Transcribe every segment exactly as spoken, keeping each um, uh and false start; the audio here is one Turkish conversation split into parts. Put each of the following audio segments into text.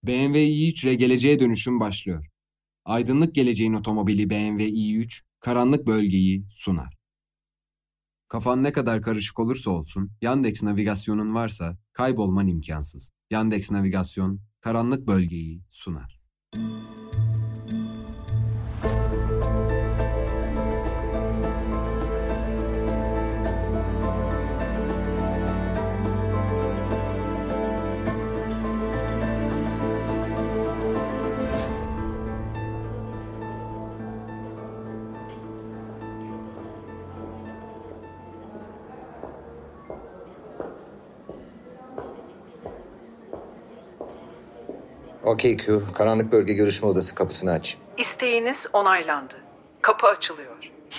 B M W i üç ile geleceğe dönüşüm başlıyor. Aydınlık geleceğin otomobili B M W i üç, karanlık bölgeyi sunar. Kafan ne kadar karışık olursa olsun, Yandex navigasyonun varsa kaybolman imkansız. Yandex navigasyon, karanlık bölgeyi sunar. Okey Q, karanlık bölge görüşme odası kapısını aç. İsteğiniz onaylandı. Kapı açılıyor.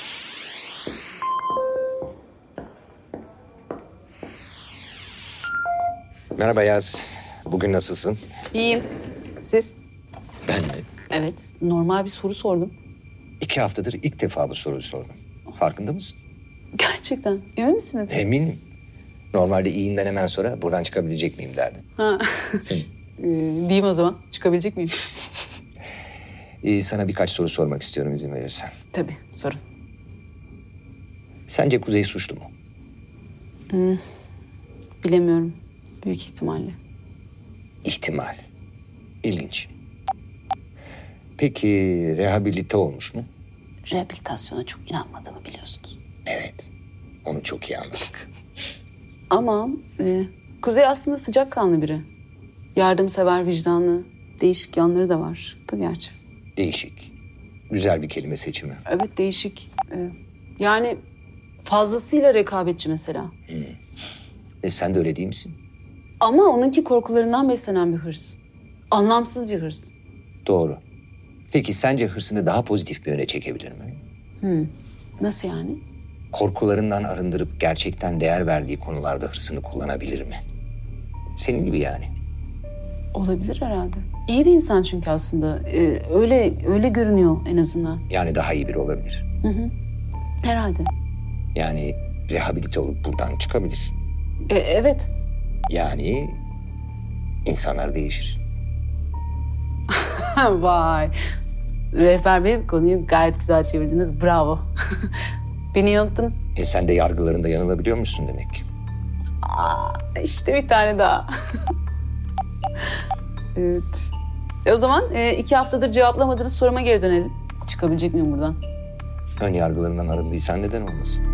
Merhaba Yaz, bugün nasılsın? İyiyim. Siz? Ben mi? Evet. Normal bir soru sordum. İki haftadır ilk defa bu soruyu sordum. Farkında mısın? Gerçekten. Emin misiniz? Eminim. Normalde iyinden hemen sonra buradan çıkabilecek miyim derdim. Ha. ee, diyeyim o zaman. Çıkabilecek miyim? Ee, sana birkaç soru sormak istiyorum izin verirsen. Tabii. Sorun. Sence Kuzey suçlu mu? Hmm, bilemiyorum. Büyük ihtimalle. İhtimal. İlginç. Peki rehabilite olmuş mu? Rehabilitasyona çok inanmadığımı biliyorsunuz. Evet. Onu çok iyi anladık. Ama e, Kuzey aslında sıcakkanlı biri. Yardımsever, vicdanlı, değişik yanları da var. Da gerçi. Değişik. Güzel bir kelime seçimi. Evet, değişik. E, yani fazlasıyla rekabetçi mesela. Hmm. E sen de öyle değil misin? Ama onunki korkularından beslenen bir hırs. Anlamsız bir hırs. Doğru. Peki sence hırsını daha pozitif bir yöne çekebilir mi? Hmm. Nasıl yani? Korkularından arındırıp gerçekten değer verdiği konularda hırsını kullanabilir mi? Senin gibi yani. Olabilir herhalde. İyi bir insan çünkü aslında. Ee, öyle öyle görünüyor en azından. Yani daha iyi biri olabilir. Hı hı. Herhalde. Yani rehabilite olup buradan çıkabilir. E, evet. Yani insanlar değişir. Vay. Rehber Bey konuyu gayet güzel çevirdiniz. Bravo. Beni yanılttınız. E sen de yargılarında yanılabiliyor musun demek ki? Aa, işte bir tane daha. Evet. E o zaman e, iki haftadır cevaplamadığınız soruma geri dönelim. Çıkabilecek miyim buradan? Ön yargılarından arındıysan neden olmasın?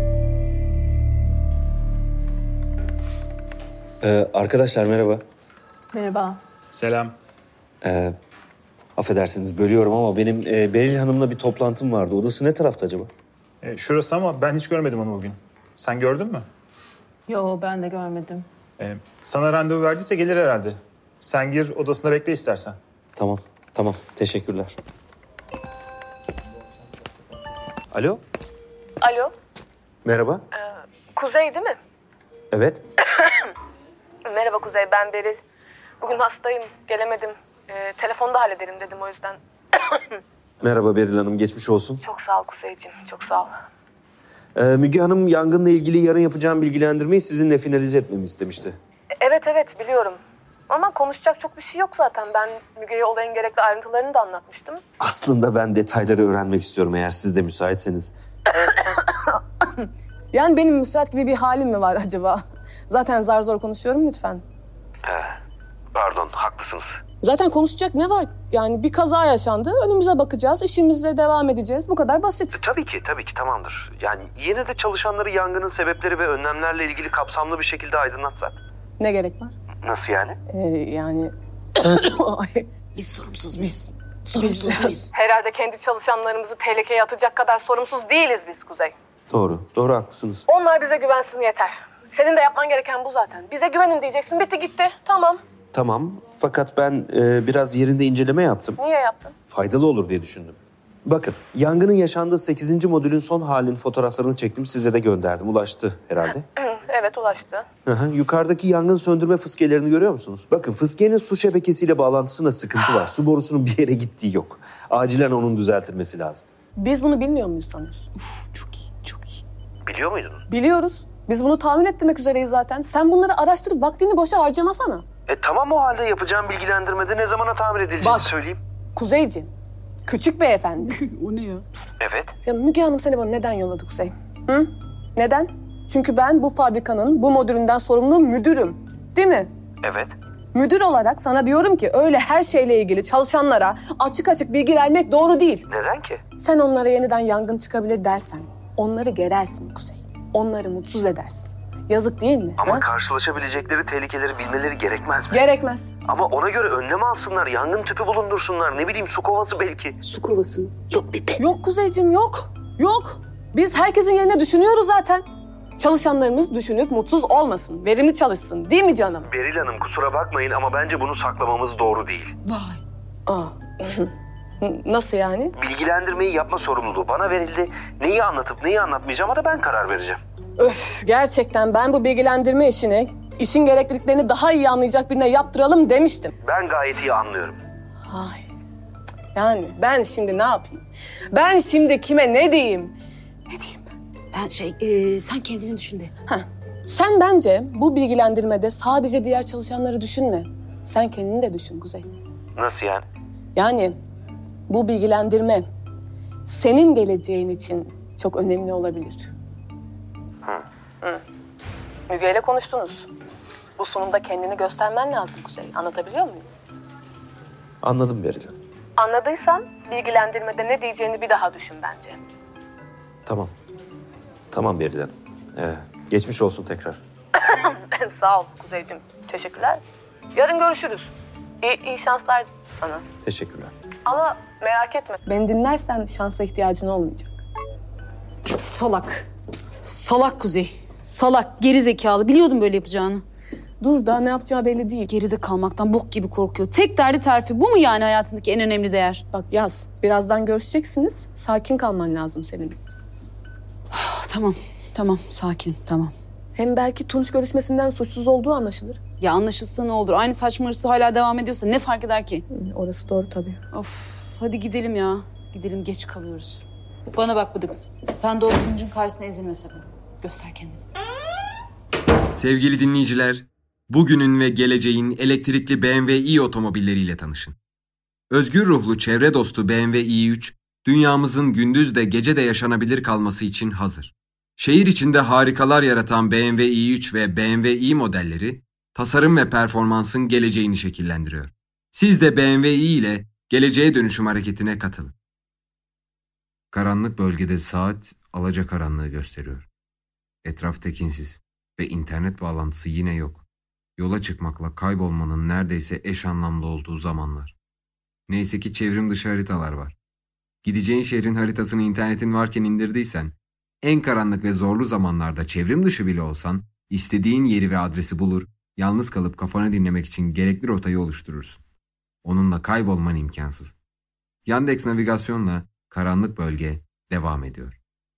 Ee, arkadaşlar merhaba. Merhaba. Selam. Ee, affedersiniz bölüyorum ama benim e, Beril Hanım'la bir toplantım vardı. Odası ne tarafta acaba? E, şurası ama ben hiç görmedim onu bugün. Sen gördün mü? Yo, ben de görmedim. E, sana randevu verdiyse gelir herhalde. Sen gir odasında bekle istersen. Tamam, tamam. Teşekkürler. Alo? Alo, Merhaba. Kuzey değil mi? Evet. Merhaba Kuzey, ben Beril. Bugün hastayım, gelemedim. Ee, telefonda hallederim dedim o yüzden. Merhaba Beril Hanım, geçmiş olsun. Çok sağ ol Kuzeyciğim, çok sağ ol. Ee, Müge Hanım yangınla ilgili yarın yapacağım bilgilendirmeyi sizinle finalize etmemi istemişti. Evet evet biliyorum. Ama konuşacak çok bir şey yok zaten. Ben Müge'ye olayın gerekli ayrıntılarını da anlatmıştım. Aslında ben detayları öğrenmek istiyorum eğer siz de müsaitseniz. Yani benim müsait gibi bir halim mi var acaba? Zaten zar zor konuşuyorum, lütfen. Pardon, haklısınız. Zaten konuşacak ne var? Yani bir kaza yaşandı, önümüze bakacağız, işimize devam edeceğiz. Bu kadar basit. Tabii ki, tabii ki tamamdır. Yani yine de çalışanları yangının sebepleri ve önlemlerle ilgili kapsamlı bir şekilde aydınlatsak. Ne gerek var? Nasıl yani? Ee, yani... Biz sorumsuz biz. Sorumsuz Biz- muyuz? Herhalde kendi çalışanlarımızı tehlikeye atacak kadar sorumsuz değiliz biz Kuzey. Doğru, doğru haklısınız. Onlar bize güvensin yeter. Senin de yapman gereken bu zaten. Bize güvenin diyeceksin, bitti gitti. Tamam. Tamam, fakat ben e, biraz yerinde inceleme yaptım. Niye yaptın? Faydalı olur diye düşündüm. Bakın, yangının yaşandığı sekizinci modülün son halinin fotoğraflarını çektim, size de gönderdim. Ulaştı herhalde. Evet ulaştı. Hı hı. Yukarıdaki yangın söndürme fıskiyelerini görüyor musunuz? Bakın, fıskiyenin su şebekesiyle bağlantısında sıkıntı var. Su borusunun bir yere gittiği yok. Acilen onun düzeltilmesi lazım. Biz bunu bilmiyor muyuz sanıyorsun? Çok iyi, çok iyi. Biliyor muydunuz? Biliyoruz. Biz bunu tahmin ettirmek üzereyiz zaten. Sen bunları araştırıp vaktini boşa harcamasana. E tamam, o halde yapacağım bilgilendirmede ne zamana tamir edileceğini Bak. söyleyeyim. Kuzeyciğim, küçük beyefendi. O ne ya? Evet. Ya Müge Hanım seni bana neden yolladı Kuzey? Hı? Neden? Çünkü ben bu fabrikanın bu modülünden sorumlu müdürüm. Değil mi? Evet. Müdür olarak sana diyorum ki öyle her şeyle ilgili çalışanlara açık açık bilgi vermek doğru değil. Neden ki? Sen onlara yeniden yangın çıkabilir dersen onları gerersin Kuzey. Onları mutsuz edersin. Yazık değil mi? Ama ha? karşılaşabilecekleri tehlikeleri bilmeleri gerekmez mi? Gerekmez. Ama ona göre önlem alsınlar, yangın tüpü bulundursunlar, ne bileyim su kovası belki. Su kovası mı? Yok bir be. Yok Kuzeyciğim yok. Yok. Biz herkesin yerine düşünüyoruz zaten. Çalışanlarımız düşünüp mutsuz olmasın, verimli çalışsın. Değil mi canım? Beril Hanım, kusura bakmayın ama bence bunu saklamamız doğru değil. Vay. Aa. Nasıl yani? Bilgilendirmeyi yapma sorumluluğu bana verildi. Neyi anlatıp neyi anlatmayacağıma da ben karar vereceğim. Öf, gerçekten ben bu bilgilendirme işini, işin gerekliliklerini daha iyi anlayacak birine yaptıralım demiştim. Ben gayet iyi anlıyorum. Ay. Yani ben şimdi ne yapayım? Ben şimdi kime ne diyeyim? Ne diyeyim ben? Ben şey, e, sen kendini düşün de. Heh. Sen bence bu bilgilendirmede sadece diğer çalışanları düşünme. Sen kendini de düşün Kuzey. Nasıl yani? Yani bu bilgilendirme senin geleceğin için çok önemli olabilir. Hı. Hı. Müge ile konuştunuz. Bu sunumda kendini göstermen lazım Kuzey. Anlatabiliyor muyum? Anladım Beril. Anladıysan bilgilendirmede ne diyeceğini bir daha düşün bence. Tamam. Tamam Beril Hanım. Ee, geçmiş olsun tekrar. Sağ ol Kuzeyciğim. Teşekkürler. Yarın görüşürüz. İyi, iyi şanslar sana. Teşekkürler. Ama merak etme. Beni dinlersen şansa ihtiyacın olmayacak. Salak. Salak Kuzey. Salak, geri zekalı. Biliyordum böyle yapacağını. Dur, daha ne yapacağı belli değil. Geride kalmaktan bok gibi korkuyor. Tek derdi terfi. Bu mu yani hayatındaki en önemli değer? Bak yaz. Birazdan görüşeceksiniz. Sakin kalman lazım senin. Tamam, tamam. Sakinim, tamam. Hem belki Tunç görüşmesinden suçsuz olduğu anlaşılır. Ya anlaşılsa ne olur? Aynı saçma hırsı hala devam ediyorsa ne fark eder ki? Orası doğru tabii. Of, hadi gidelim ya. Gidelim, geç kalıyoruz. Bana bak Bıdıks. Sen de o Tunç'un karşısına ezilme sakın. Göster kendini. Sevgili dinleyiciler, bugünün ve geleceğin elektrikli B M W i otomobilleriyle tanışın. Özgür ruhlu çevre dostu B M W i üç, dünyamızın gündüz de gece de yaşanabilir kalması için hazır. Şehir içinde harikalar yaratan B M W i üç ve B M W i modelleri, tasarım ve performansın geleceğini şekillendiriyor. Siz de B M W i ile geleceğe dönüşüm hareketine katılın. Karanlık bölgede saat alacakaranlığı gösteriyor. Etraf tekinsiz ve internet bağlantısı yine yok. Yola çıkmakla kaybolmanın neredeyse eş anlamlı olduğu zamanlar. Neyse ki çevrim dışı haritalar var. Gideceğin şehrin haritasını internetin varken indirdiysen, en karanlık ve zorlu zamanlarda çevrim dışı bile olsan, istediğin yeri ve adresi bulur, yalnız kalıp kafanı dinlemek için gerekli rotayı oluşturursun. Onunla kaybolman imkansız. Yandex navigasyonla karanlık bölge devam ediyor.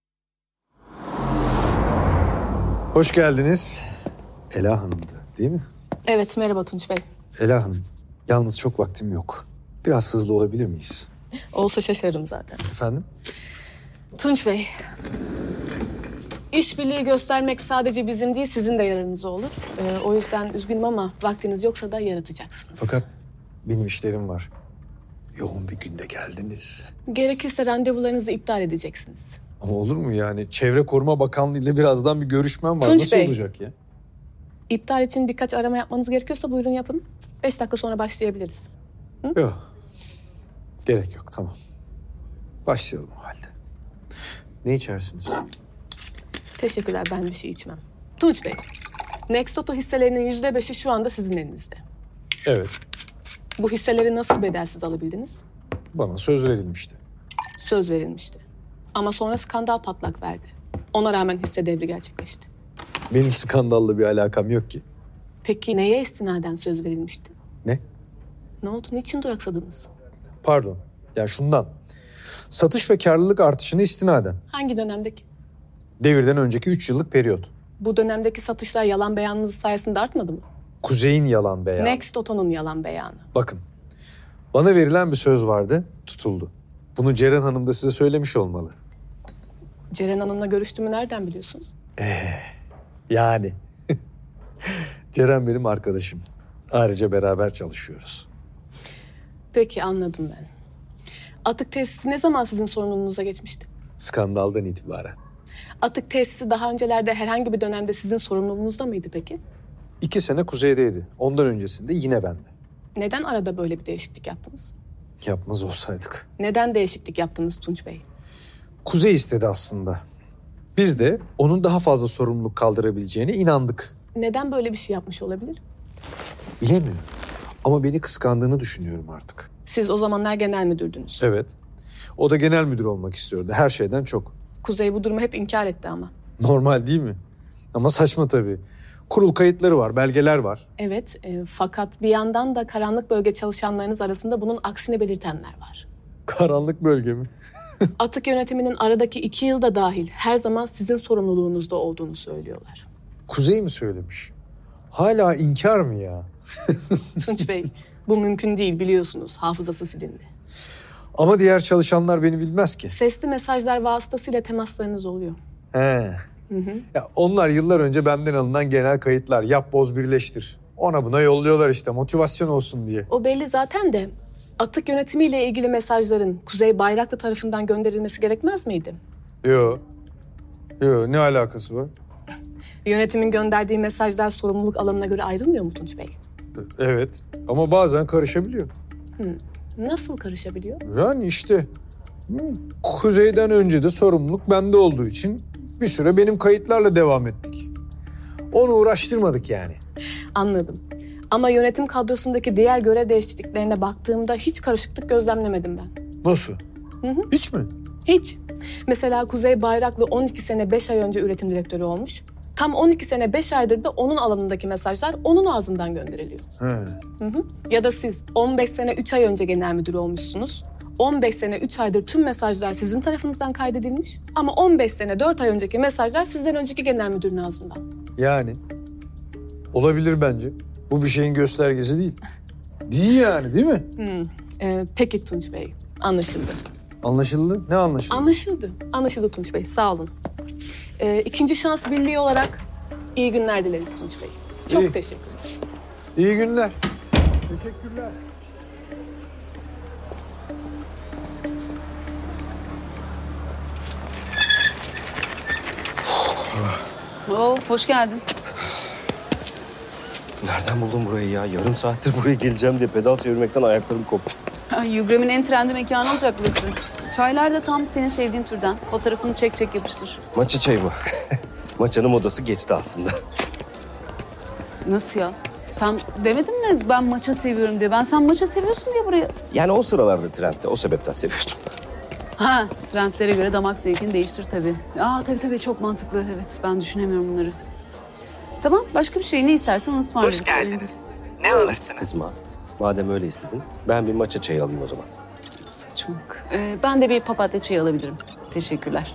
Hoş geldiniz. Ela Hanım'dı değil mi? Evet, merhaba Tunç Bey. Ela Hanım, yalnız çok vaktim yok. Biraz hızlı olabilir miyiz? Olsa şaşarım zaten. Efendim? Tunç Bey, işbirliği göstermek sadece bizim değil, sizin de yararınıza olur. Ee, o yüzden üzgünüm ama vaktiniz yoksa da yaratacaksınız. Fakat benim işlerim var. Yoğun bir günde geldiniz. Gerekirse randevularınızı iptal edeceksiniz. Ama olur mu yani? Çevre Koruma Bakanlığı ile birazdan bir görüşmem var. Tunç Nasıl Bey. olacak ya? İptal için birkaç arama yapmanız gerekiyorsa buyurun yapın. Beş dakika sonra başlayabiliriz. Yok. Gerek yok, tamam. Başlayalım o halde. Ne içersiniz? Teşekkürler, ben bir şey içmem. Tunç Bey, Next Auto hisselerinin yüzde beşi şu anda sizin elinizde. Evet, Bu hisseleri nasıl bedelsiz alabildiniz? bana söz verilmişti. Söz verilmişti. Ama sonra skandal patlak verdi. Ona rağmen hisse devri gerçekleşti. Benim skandalla bir alakam yok ki. Peki neye istinaden söz verilmişti? Ne? Ne oldu? Niçin duraksadınız? Pardon, yani şundan. Satış ve karlılık artışını istinaden. Hangi dönemdeki? Devirden önceki üç yıllık periyot. Bu dönemdeki satışlar yalan beyanınız sayesinde artmadı mı? Kuzey'in yalan beyanı. Next Auto'nun yalan beyanı. Bakın, bana verilen bir söz vardı, tutuldu. Bunu Ceren Hanım da size söylemiş olmalı. Ceren Hanım'la görüştüğümü nereden biliyorsunuz? Yani. Ceren benim arkadaşım. Ayrıca beraber çalışıyoruz. Peki, anladım ben. Atık tesisi ne zaman sizin sorumluluğunuza geçmişti? Skandaldan itibaren. Atık tesisi daha öncelerde herhangi bir dönemde sizin sorumluluğunuzda mıydı peki? İki sene kuzeydeydi. Ondan öncesinde yine bende. Neden arada böyle bir değişiklik yaptınız? Yapmaz olsaydık. Neden değişiklik yaptınız Tunç Bey? Kuzey istedi aslında. Biz de onun daha fazla sorumluluk kaldırabileceğine inandık. Neden böyle bir şey yapmış olabilir? Bilemiyorum. Ama beni kıskandığını düşünüyorum artık. Siz o zamanlar genel müdürdünüz. Evet. O da genel müdür olmak istiyordu. Her şeyden çok. Kuzey bu durumu hep inkar etti ama. Normal değil mi? Ama saçma tabii. Kurul kayıtları var, belgeler var. Evet, e, fakat bir yandan da karanlık bölge çalışanlarınız arasında bunun aksini belirtenler var. Karanlık bölge mi? Atık yönetiminin aradaki iki yılda dahil her zaman sizin sorumluluğunuzda olduğunu söylüyorlar. Kuzey mi söylemiş? Hala inkar mı ya? Tunç Bey, bu mümkün değil biliyorsunuz. Hafızası silindi. Ama diğer çalışanlar beni bilmez ki. Sesli mesajlar vasıtasıyla temaslarınız oluyor. He. Hı hı. Ya onlar yıllar önce benden alınan genel kayıtlar. Yap, boz, birleştir. Ona buna yolluyorlar işte motivasyon olsun diye. O belli zaten de atık yönetimiyle ilgili mesajların Kuzey Bayraklı tarafından gönderilmesi gerekmez miydi? Yo. Yo, ne alakası var? Yönetimin gönderdiği mesajlar sorumluluk alanına göre ayrılmıyor mu Tunç Bey? Evet ama bazen karışabiliyor. Hı. Nasıl karışabiliyor? Yani işte hı, Kuzey'den önce de sorumluluk bende olduğu için bir süre benim kayıtlarla devam ettik. Onu uğraştırmadık yani. Anladım. Ama yönetim kadrosundaki diğer görev değişikliklerine baktığımda hiç karışıklık gözlemlemedim ben. Nasıl? Hı hı. Hiç mi? Hiç. Mesela Kuzey Bayraklı on iki sene beş ay önce üretim direktörü olmuş. Tam on iki sene beş aydır da onun alanındaki mesajlar onun ağzından gönderiliyor. He. Hı hı. Ya da siz on beş sene üç ay önce genel müdür olmuşsunuz. on beş sene üç aydır tüm mesajlar sizin tarafınızdan kaydedilmiş. Ama on beş sene dört ay önceki mesajlar sizden önceki genel müdürün ağzından. Yani olabilir bence. Bu bir şeyin göstergesi değil. Değil yani, değil mi? Hı. Ee, peki Tunç Bey, anlaşıldı. Anlaşıldı. Ne anlaşıldı? Anlaşıldı. Anlaşıldı Tunç Bey, sağ olun. Ee, ikinci şans birliği olarak iyi günler dileriz Tunç Bey. Çok İyi. teşekkür ederim. İyi günler. Teşekkürler. Oo, hoş geldin. Nereden buldun burayı ya? Yarım saattir buraya geleceğim diye pedal çevirmekten ayaklarım koptu. Yugram'ın en trendi mekanı olacak burası. Çaylar da tam senin sevdiğin türden. Fotoğrafını çek çek yapıştır. Maça çayı mı? Maçanın modası geçti aslında. Nasıl ya? Sen demedin mi ben maça seviyorum diye? Ben sen maça seviyorsun diye buraya... Yani o sıralarda trendde, o sebepten seviyordum. Ha, trendlere göre damak zevkini değiştir tabii. Aa tabii tabii çok mantıklı. Evet, ben düşünemiyorum bunları. Tamam, başka bir şey ne istersen onu ısmarlarız. Hoş geldiniz. Ne alırsınız? Kızma. Madem öyle istedin, ben bir maça çayı alayım o zaman. Saçmalık. Ee, ben de bir papatya çayı alabilirim. Teşekkürler.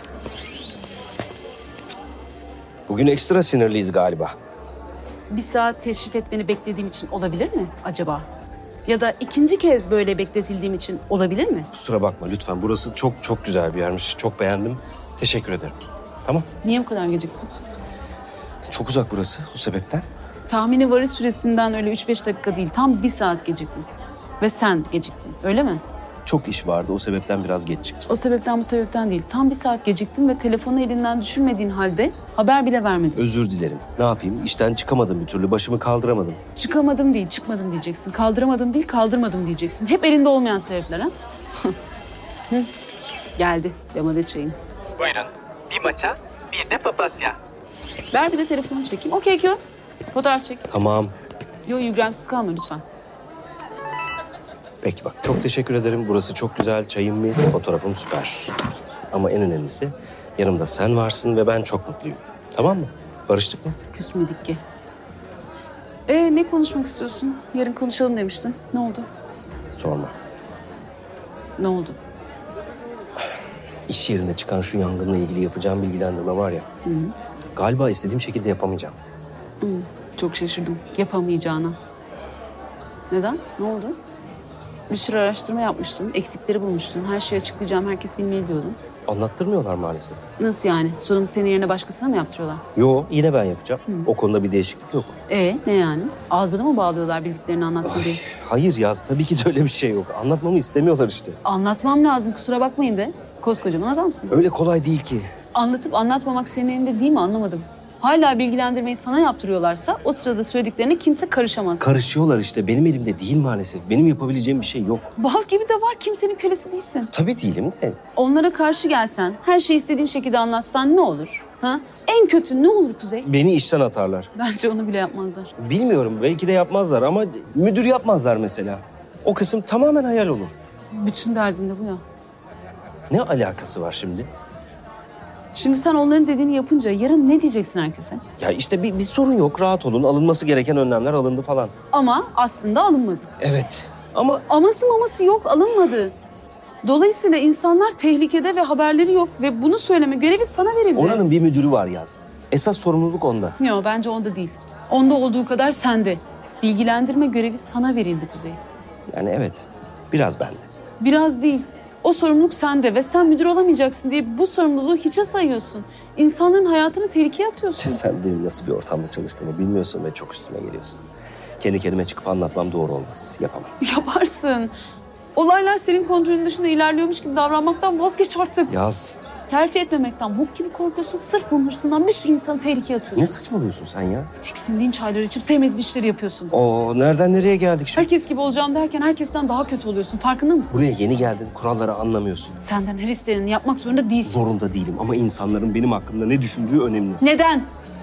Bugün ekstra sinirliyiz galiba. Bir saat teşrif etmeni beklediğim için olabilir mi acaba? Ya da ikinci kez böyle bekletildiğim için olabilir mi? Kusura bakma lütfen. Burası çok çok güzel bir yermiş. Çok beğendim. Teşekkür ederim. Tamam. Niye bu kadar geciktin? Çok uzak burası o sebepten. Tahmini varış süresinden öyle üç beş dakika değil. Tam bir saat geciktin. Ve sen geciktin. Öyle mi? Çok iş vardı. O sebepten biraz geç çıktım. O sebepten bu sebepten değil. Tam bir saat geciktin ve telefonu elinden düşürmediğin halde haber bile vermedin. Özür dilerim. Ne yapayım? İşten çıkamadım bir türlü. Başımı kaldıramadım. Çıkamadım değil, çıkmadım diyeceksin. Kaldıramadım değil, kaldırmadım diyeceksin. Hep elinde olmayan sebepler ha? Hı. Geldi yamade çayın. Buyurun. Bir maça, bir de papatya. Ver bir de telefonu çekeyim. Okey Kyo. Fotoğraf çek. Tamam. Yo yügremsiz kalma lütfen. Peki bak. Çok teşekkür ederim. Burası çok güzel. Çayım mis, fotoğrafım süper. Ama en önemlisi yanımda sen varsın ve ben çok mutluyum. Tamam mı? Barıştık mı? Küsmedik ki. Ee ne konuşmak istiyorsun? Yarın konuşalım demiştin. Ne oldu? Sorma. Ne oldu? İş yerinde çıkan şu yangınla ilgili yapacağım bilgilendirme var ya. Hı hı. Galiba istediğim şekilde yapamayacağım. Hı, çok şaşırdım. Yapamayacağına. Neden? Ne oldu? Bir sürü araştırma yapmıştın, eksikleri bulmuştun. Her şeyi açıklayacağım, herkes bilmeli diyordun. Anlattırmıyorlar maalesef. Nasıl yani? Sunumu senin yerine başkasına mı yaptırıyorlar? Yo, yine ben yapacağım. O konuda bir değişiklik yok. E ne yani? Ağzını mı bağlıyorlar bildiklerini anlatma diye? Hayır Yaz, tabii ki de öyle bir şey yok. Anlatmamı istemiyorlar işte. Anlatmam lazım, kusura bakmayın de. Koskocaman adamsın. Öyle kolay değil ki. Anlatıp anlatmamak senin elinde değil mi, anlamadım. Hala bilgilendirmeyi sana yaptırıyorlarsa o sırada söylediklerine kimse karışamaz. Karışıyorlar işte. Benim elimde değil maalesef. Benim yapabileceğim bir şey yok. Bal gibi de var, kimsenin kölesi değilsin. Tabii değilim de. Onlara karşı gelsen, her şeyi istediğin şekilde anlatsan ne olur? Ha? En kötü ne olur Kuzey? Beni işten atarlar. Bence onu bile yapmazlar. Bilmiyorum, belki de yapmazlar ama müdür yapmazlar mesela. O kısım tamamen hayal olur. Bütün derdin de bu ya. Ne alakası var şimdi? Şimdi sen onların dediğini yapınca yarın ne diyeceksin herkese? Ya işte bir, bir sorun yok, rahat olun. Alınması gereken önlemler alındı falan. Ama aslında alınmadı. Evet ama... Aması maması yok, alınmadı. Dolayısıyla insanlar tehlikede ve haberleri yok ve bunu söyleme görevi sana verildi. Oranın bir müdürü var Yaz. Esas sorumluluk onda. Yok, bence onda değil. Onda olduğu kadar sende. Bilgilendirme görevi sana verildi Kuzey. Yani evet, biraz bende. Biraz değil. O sorumluluk sende ve sen müdür olamayacaksın diye bu sorumluluğu hiçe sayıyorsun. İnsanların hayatını tehlikeye atıyorsun. Sen benim nasıl bir ortamda çalıştığımı bilmiyorsun ve çok üstüme geliyorsun. Kendi kendime çıkıp anlatmam doğru olmaz. Yapamam. Yaparsın. Olaylar senin kontrolün dışında ilerliyormuş gibi davranmaktan vazgeç artık. Yaz. Terfi etmemekten bok gibi korkuyorsun. Sırf bunun hırsından bir sürü insanı tehlikeye atıyorsun. Ne saçmalıyorsun sen ya? Tiksindiğin çayları içip sevmediğin işleri yapıyorsun. Oo, nereden nereye geldik şimdi? Herkes gibi olacağım derken herkesten daha kötü oluyorsun. Farkında mısın? Buraya yeni geldin, kuralları anlamıyorsun. Senden her istediğini yapmak zorunda değilsin. Zorunda değilim ama insanların benim hakkımda ne düşündüğü önemli. Neden?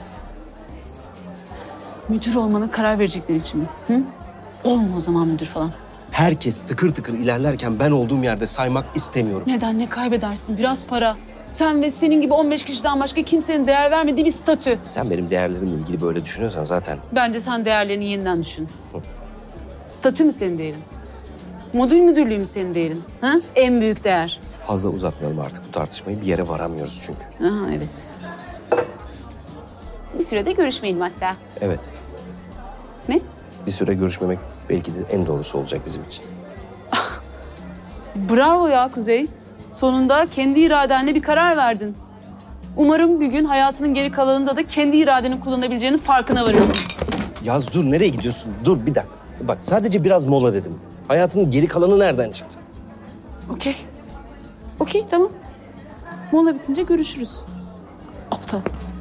Müdür olmana karar verecekleri için mi? Hı? Olma o zaman müdür falan. Herkes tıkır tıkır ilerlerken ben olduğum yerde saymak istemiyorum. Neden? Ne kaybedersin? Biraz para. Sen ve senin gibi on beş kişiden başka kimsenin değer vermediği bir statü. Sen benim değerlerimle ilgili böyle düşünüyorsan zaten... Bence sen değerlerini yeniden düşün. Statü mü senin değerin? Modül müdürlüğü mü senin değerin? Ha? En büyük değer. Fazla uzatmayalım artık bu tartışmayı. Bir yere varamıyoruz çünkü. Aha, evet. Bir sürede görüşmeyelim hatta. Evet. Ne? Bir süre görüşmemek belki de en doğrusu olacak bizim için. Bravo ya Kuzey. Sonunda kendi iradenle bir karar verdin. Umarım bir gün hayatının geri kalanında da kendi iradeni kullanabileceğinin farkına varırsın. Yaz dur, nereye gidiyorsun? Dur bir dakika. Bak sadece biraz mola dedim. Hayatının geri kalanı nereden çıktı? Okey. Okey, tamam. Mola bitince görüşürüz. Aptal.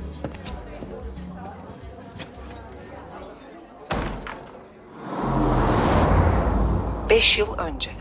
Beş yıl önce.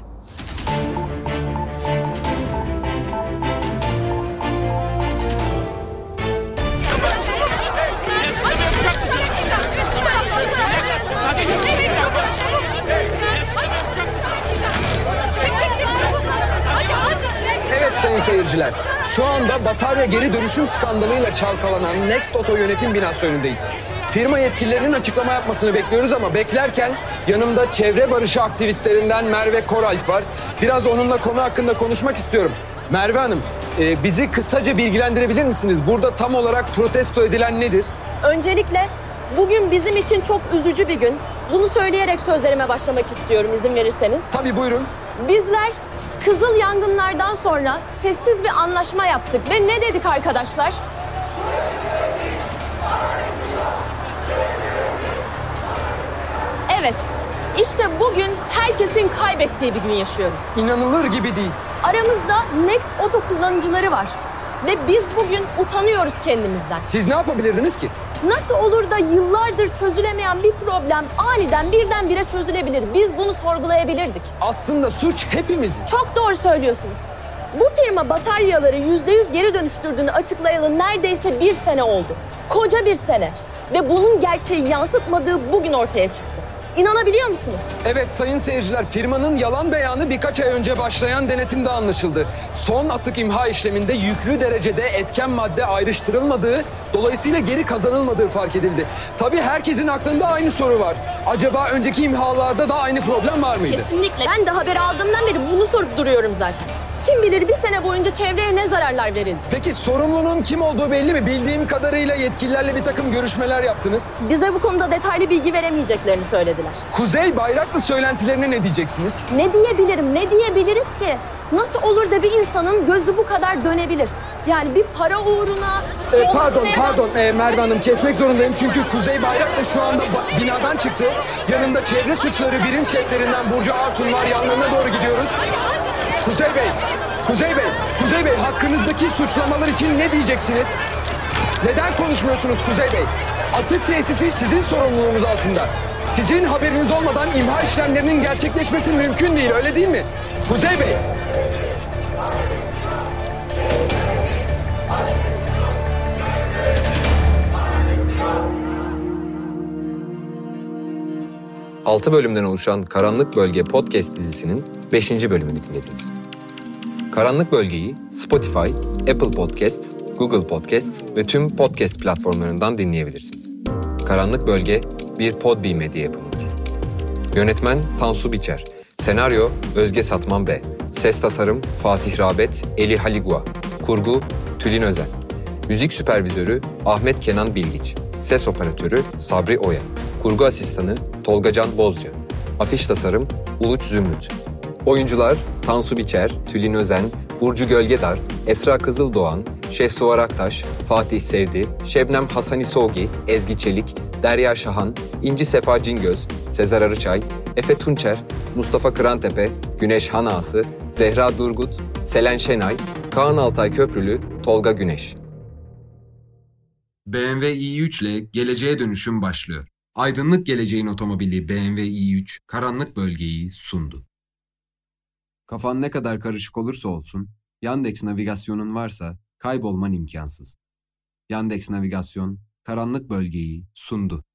Evet sayın seyirciler, şu anda batarya geri dönüşüm skandalıyla çalkalanan Next Auto yönetim binası önündeyiz. Firma yetkililerinin açıklama yapmasını bekliyoruz ama beklerken yanımda çevre barışı aktivistlerinden Merve Koralp var. Biraz onunla konu hakkında konuşmak istiyorum. Merve Hanım, e, bizi kısaca bilgilendirebilir misiniz? Burada tam olarak protesto edilen nedir? Öncelikle bugün bizim için çok üzücü bir gün. Bunu söyleyerek sözlerime başlamak istiyorum izin verirseniz. Tabii buyurun. Bizler Kızıl yangınlardan sonra sessiz bir anlaşma yaptık ve ne dedik arkadaşlar? Evet, işte bugün herkesin kaybettiği bir gün yaşıyoruz. İnanılır gibi değil. Aramızda Next Auto kullanıcıları var ve biz bugün utanıyoruz kendimizden. Siz ne yapabilirdiniz ki? Nasıl olur da yıllardır çözülemeyen bir problem aniden birdenbire çözülebilir? Biz bunu sorgulayabilirdik. Aslında suç hepimizin. Çok doğru söylüyorsunuz. Bu firma bataryaları yüzde yüz geri dönüştürdüğünü açıklayalı neredeyse bir sene oldu. Koca bir sene. Ve bunun gerçeği yansıtmadığı bugün ortaya çıktı. İnanabiliyor musunuz? Evet sayın seyirciler, firmanın yalan beyanı birkaç ay önce başlayan denetimde anlaşıldı. Son atık imha işleminde yüklü derecede etken madde ayrıştırılmadığı, dolayısıyla geri kazanılmadığı fark edildi. Tabii herkesin aklında aynı soru var. Acaba önceki imhalarda da aynı problem var mıydı? Kesinlikle. Ben de haber aldığımdan beri bunu sorup duruyorum zaten. Kim bilir bir sene boyunca çevreye ne zararlar verildi. Peki sorumlunun kim olduğu belli mi? Bildiğim kadarıyla yetkililerle bir takım görüşmeler yaptınız. Bize bu konuda detaylı bilgi veremeyeceklerini söylediler. Kuzey Bayraklı söylentilerine ne diyeceksiniz? Ne diyebilirim, ne diyebiliriz ki? Nasıl olur da bir insanın gözü bu kadar dönebilir? Yani bir para uğruna... Ee, pardon, pardon ee, Merve Hanım kesmek zorundayım. Çünkü Kuzey Bayraklı şu anda ba- binadan çıktı. Yanında çevre suçları birim şeflerinden Burcu Hatun var. Yanlarına doğru gidiyoruz. Kuzey Bey, Kuzey Bey, Kuzey Bey hakkınızdaki suçlamalar için ne diyeceksiniz? Neden konuşmuyorsunuz Kuzey Bey? Atık tesisi sizin sorumluluğunuz altında. Sizin haberiniz olmadan imha işlemlerinin gerçekleşmesi mümkün değil, öyle değil mi? Kuzey Bey. altı bölümden oluşan Karanlık Bölge podcast dizisinin beşinci bölümünü dinlediniz. Karanlık Bölge'yi Spotify, Apple Podcast, Google Podcast ve tüm podcast platformlarından dinleyebilirsiniz. Karanlık Bölge bir Podbi medya yapımıdır. Yönetmen Tansu Biçer, senaryo Özge Satman B, ses tasarım Fatih Rabet, Eli Haligua, kurgu Tülin Özen, müzik süpervizörü Ahmet Kenan Bilgiç, ses operatörü Sabri Oya, kurgu asistanı Tolgacan Bozca, afiş tasarım Uluç Zümrüt. Oyuncular Tansu Biçer, Tülin Özen, Burcu Gölgedar, Esra Kızıldoğan, Şehsuvar Aktaş, Fatih Sevdi, Şebnem Hasani Soğgi, Ezgi Çelik, Derya Şahan, İnci Sefa Cingöz, Sezer Arıçay, Efe Tunçer, Mustafa Kırantepe, Güneş Hanası, Zehra Durgut, Selen Şenay, Kaan Altay Köprülü, Tolga Güneş. B M W i üç ile geleceğe dönüşüm başlıyor. Aydınlık geleceğin otomobili B M W i üç, karanlık bölgeyi sundu. Kafan ne kadar karışık olursa olsun, Yandex navigasyonun varsa kaybolman imkansız. Yandex navigasyon, karanlık bölgeyi sundu.